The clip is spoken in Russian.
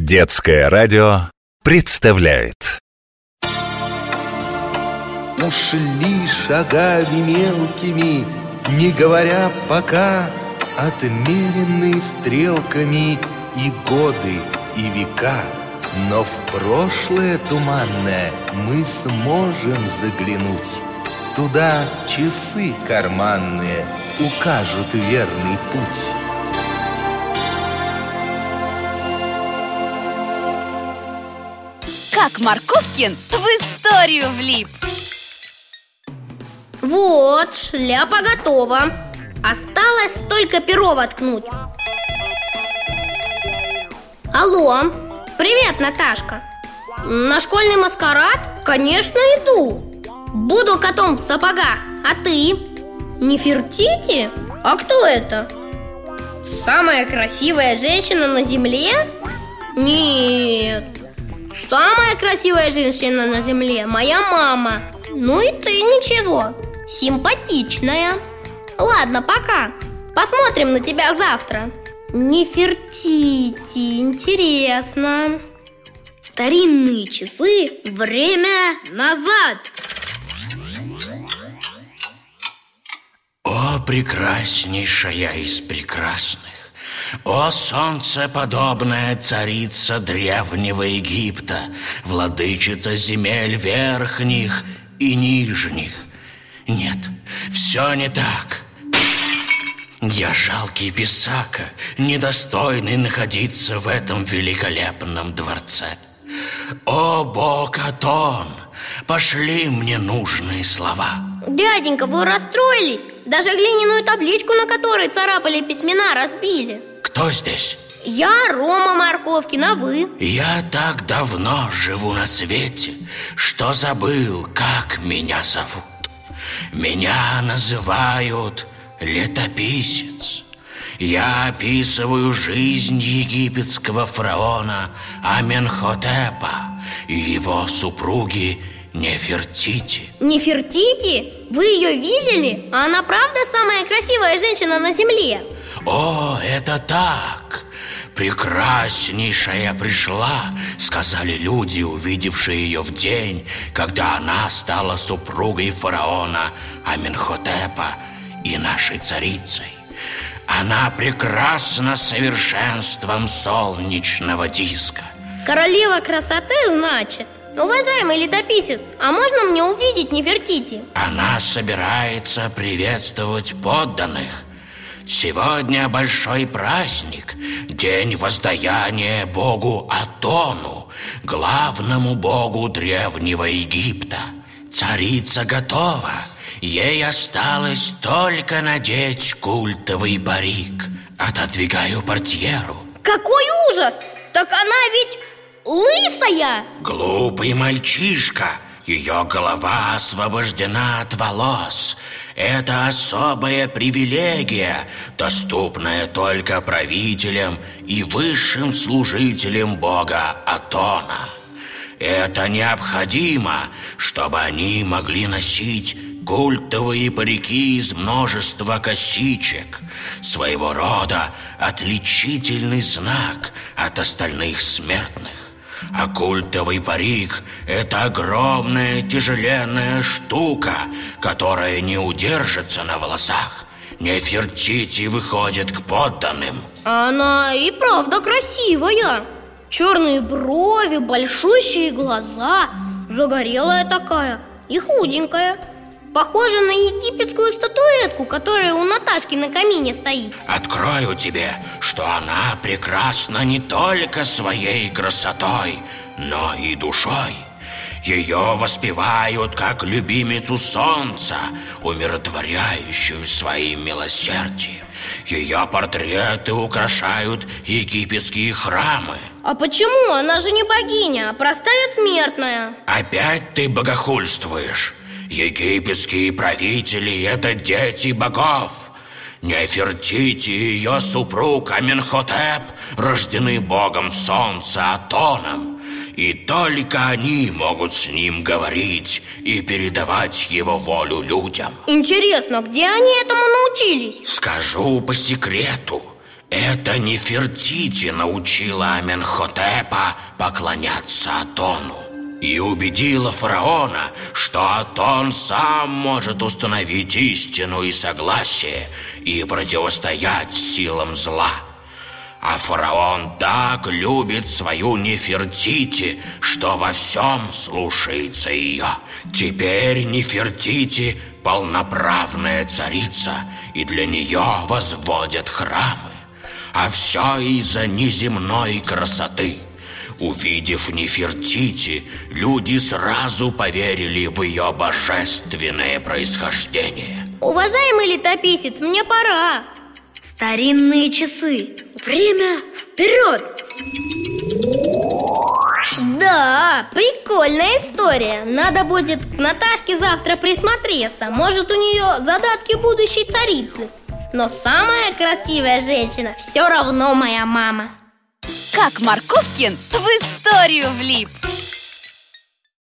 Детское радио представляет. Ушли шагами мелкими, не говоря пока, отмеренные стрелками и годы, и века. Но в прошлое туманное мы сможем заглянуть. Туда часы карманные укажут верный путь. Как Марковкин в историю влип. Вот, шляпа готова. Осталось только перо воткнуть. Алло, привет, Наташка. На школьный маскарад? Конечно, иду. Буду котом в сапогах, а ты? Нефертити? А кто это? Самая красивая женщина на земле? Нет. Самая красивая женщина на земле моя мама. Ну и ты ничего, симпатичная. Ладно, пока. Посмотрим на тебя завтра. Нефертити, интересно. Старинные часы, время назад. О, прекраснейшая из прекрасных! О, солнцеподобная царица древнего Египта, владычица земель верхних и нижних! Нет, все не так. Я жалкий писака, недостойный находиться в этом великолепном дворце. О, бог Атон, пошли мне нужные слова. Дяденька, вы расстроились? Даже глиняную табличку, на которой царапали письмена, разбили. Кто здесь? Я Рома Марковкин, а вы? Я так давно живу на свете, что забыл, как меня зовут. Меня называют летописец. Я описываю жизнь египетского фараона Аменхотепа и его супруги Нефертити. Нефертити? Вы ее видели? А она правда самая красивая женщина на земле? О, это так! Прекраснейшая пришла, сказали люди, увидевшие ее в день, когда она стала супругой фараона Аменхотепа и нашей царицей. Она прекрасна совершенством солнечного диска. Королева красоты, значит? Уважаемый летописец, а можно мне увидеть Нефертити? Она собирается приветствовать подданных. Сегодня большой праздник, день воздаяния богу Атону, главному богу древнего Египта. Царица готова, ей осталось только надеть культовый парик. Отодвигаю портьеру. Какой ужас! Так она ведь лысая! Глупый мальчишка, ее голова освобождена от волос. Это особая привилегия, доступная только правителям и высшим служителям бога Атона. Это необходимо, чтобы они могли носить культовые парики из множества косичек, своего рода отличительный знак от остальных смертных. А культовый парик – это огромная тяжеленная штука, которая не удержится на волосах. Нефертити выходит к подданным. Она и правда красивая. Черные брови, большущие глаза, загорелая такая и худенькая. Похожа на египетскую статуэтку, которая у Наташки на камине стоит. Открою тебе, что она прекрасна не только своей красотой, но и душой. Ее воспевают как любимицу солнца, умиротворяющую своим милосердием. Ее портреты украшают египетские храмы. А почему? Она же не богиня, а простая смертная. Опять ты богохульствуешь. Египетские правители – это дети богов. Нефертити и ее супруг Аменхотеп рождены богом солнца Атоном. И только они могут с ним говорить и передавать его волю людям. Интересно, где они этому научились? Скажу по секрету. Это Нефертити научила Аменхотепа поклоняться Атону и убедила фараона, что Атон сам может установить истину и согласие и противостоять силам зла. А фараон так любит свою Нефертити, что во всем слушается ее. Теперь Нефертити полноправная царица, и для нее возводят храмы. А все из-за неземной красоты. Увидев Нефертити, люди сразу поверили в ее божественное происхождение. Уважаемый летописец, мне пора. Старинные часы. Время вперед! Да, прикольная история. Надо будет к Наташке завтра присмотреться. Может, у нее задатки будущей царицы. Но самая красивая женщина все равно моя мама. Как Марковкин в историю влип.